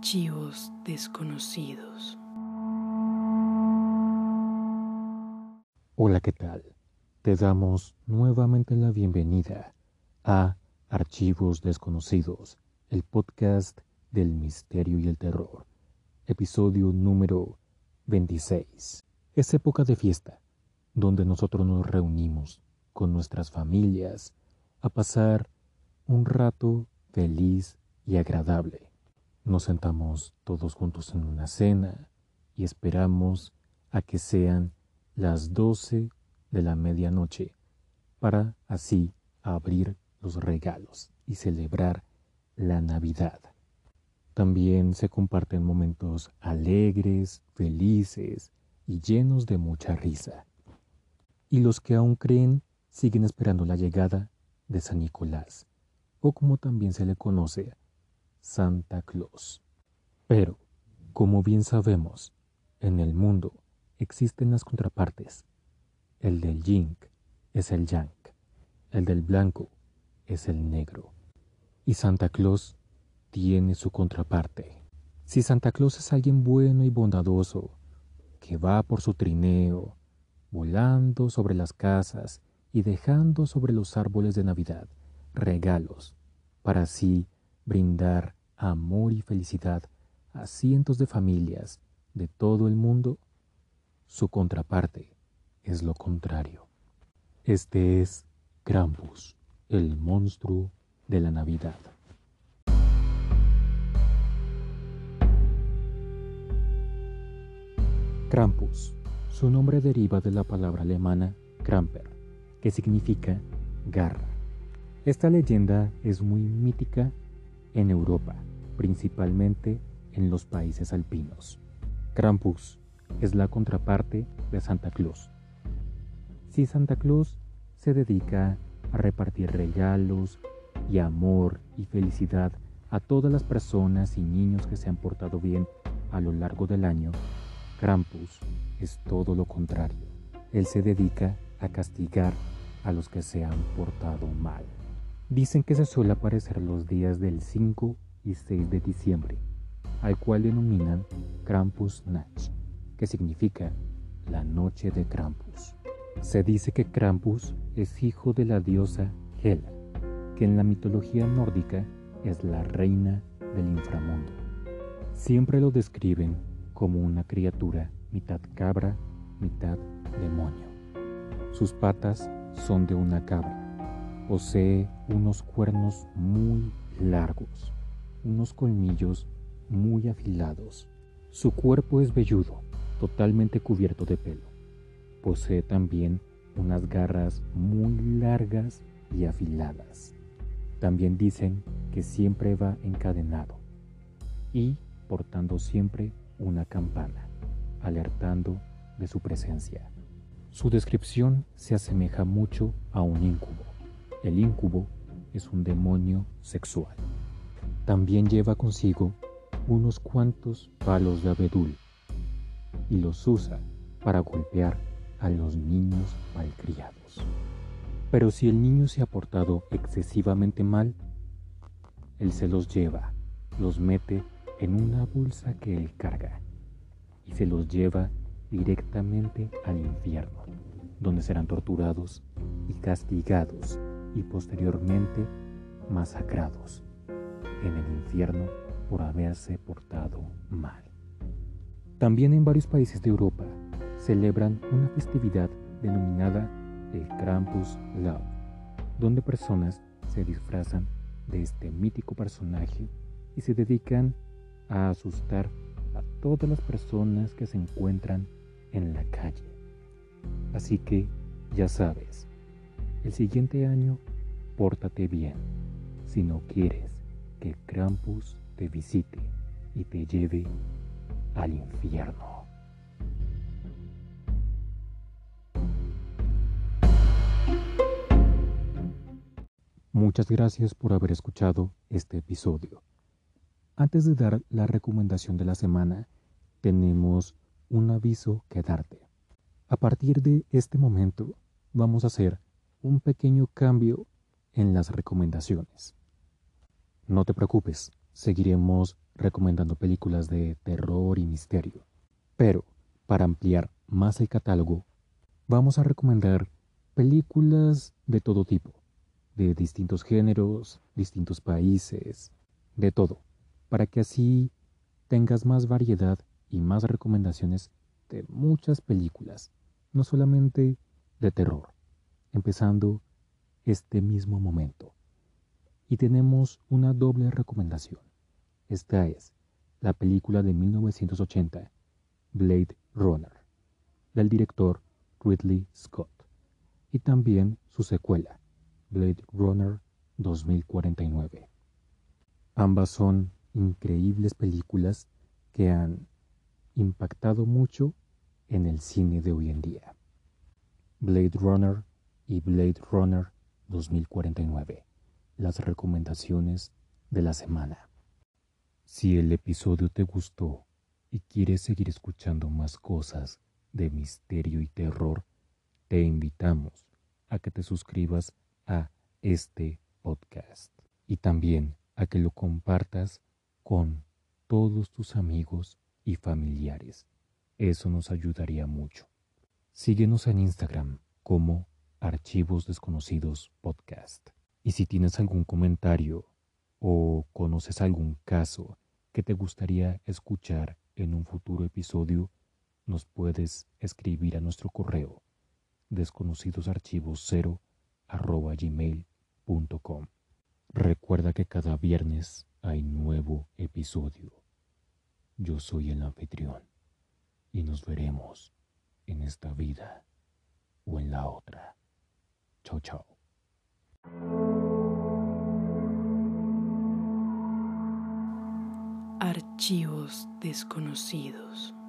Archivos desconocidos. Hola, ¿qué tal? Te damos nuevamente la bienvenida a Archivos Desconocidos, el podcast del misterio y el terror, episodio número 26. Es época de fiesta, donde nosotros nos reunimos con nuestras familias a pasar un rato feliz y agradable. Nos sentamos todos juntos en una cena y esperamos a que sean las 12 de la medianoche para así abrir los regalos y celebrar la Navidad. También se comparten momentos alegres, felices y llenos de mucha risa. Y los que aún creen siguen esperando la llegada de San Nicolás, o como también se le conoce, Santa Claus. Pero, como bien sabemos, en el mundo existen las contrapartes. El del yin es el yang, el del blanco es el negro. Y Santa Claus tiene su contraparte. Si Santa Claus es alguien bueno y bondadoso, que va por su trineo, volando sobre las casas y dejando sobre los árboles de Navidad regalos, para así brindar amor y felicidad a cientos de familias de todo el mundo, su contraparte es lo contrario. Este es Krampus, el monstruo de la Navidad. Krampus. Su nombre deriva de la palabra alemana Kramper, que significa garra. Esta leyenda es muy mítica en Europa, principalmente en los países alpinos. Krampus es la contraparte de Santa Claus. Si Santa Claus se dedica a repartir regalos y amor y felicidad a todas las personas y niños que se han portado bien a lo largo del año, Krampus es todo lo contrario. Él se dedica a castigar a los que se han portado mal. Dicen que se suele aparecer los días del 5 y 6 de diciembre, al cual denominan Krampusnacht, que significa la noche de Krampus. Se dice que Krampus es hijo de la diosa Hela, que en la mitología nórdica es la reina del inframundo. Siempre lo describen como una criatura mitad cabra, mitad demonio. Sus patas son de una cabra. Posee unos cuernos muy largos, unos colmillos muy afilados. Su cuerpo es velludo, totalmente cubierto de pelo. Posee también unas garras muy largas y afiladas. También dicen que siempre va encadenado y portando siempre una campana, alertando de su presencia. Su descripción se asemeja mucho a un incubo. El incubo es un demonio sexual. También lleva consigo unos cuantos palos de abedul y los usa para golpear a los niños malcriados. Pero si el niño se ha portado excesivamente mal, él se los lleva, los mete en una bolsa que él carga y se los lleva directamente al infierno, donde serán torturados y castigados y posteriormente masacrados en el infierno por haberse portado mal. También en varios países de Europa celebran una festividad denominada el Krampuslauf, donde personas se disfrazan de este mítico personaje y se dedican a asustar a todas las personas que se encuentran en la calle. Así que, ya sabes, el siguiente año, pórtate bien, si no quieres que Krampus te visite y te lleve al infierno. Muchas gracias por haber escuchado este episodio. Antes de dar la recomendación de la semana, tenemos un aviso que darte. A partir de este momento, vamos a hacer un pequeño cambio en las recomendaciones. No te preocupes, seguiremos recomendando películas de terror y misterio. Pero, para ampliar más el catálogo, vamos a recomendar películas de todo tipo, de distintos géneros, distintos países, de todo, para que así tengas más variedad y más recomendaciones de muchas películas, no solamente de terror, empezando este mismo momento. Y tenemos una doble recomendación. Esta es la película de 1980, Blade Runner, del director Ridley Scott, y también su secuela, Blade Runner 2049. Ambas son increíbles películas que han impactado mucho en el cine de hoy en día. Blade Runner y Blade Runner 2049, las recomendaciones de la semana. Si el episodio te gustó y quieres seguir escuchando más cosas de misterio y terror, te invitamos a que te suscribas a este podcast y también a que lo compartas con todos tus amigos y familiares. Eso nos ayudaría mucho. Síguenos en Instagram como Archivos Desconocidos Podcast. Y si tienes algún comentario o conoces algún caso que te gustaría escuchar en un futuro episodio, nos puedes escribir a nuestro correo desconocidosarchivos0@gmail.com. Recuerda que cada viernes hay nuevo episodio. Yo soy el anfitrión y nos veremos en esta vida o en la otra. Chao, chao. Archivos desconocidos.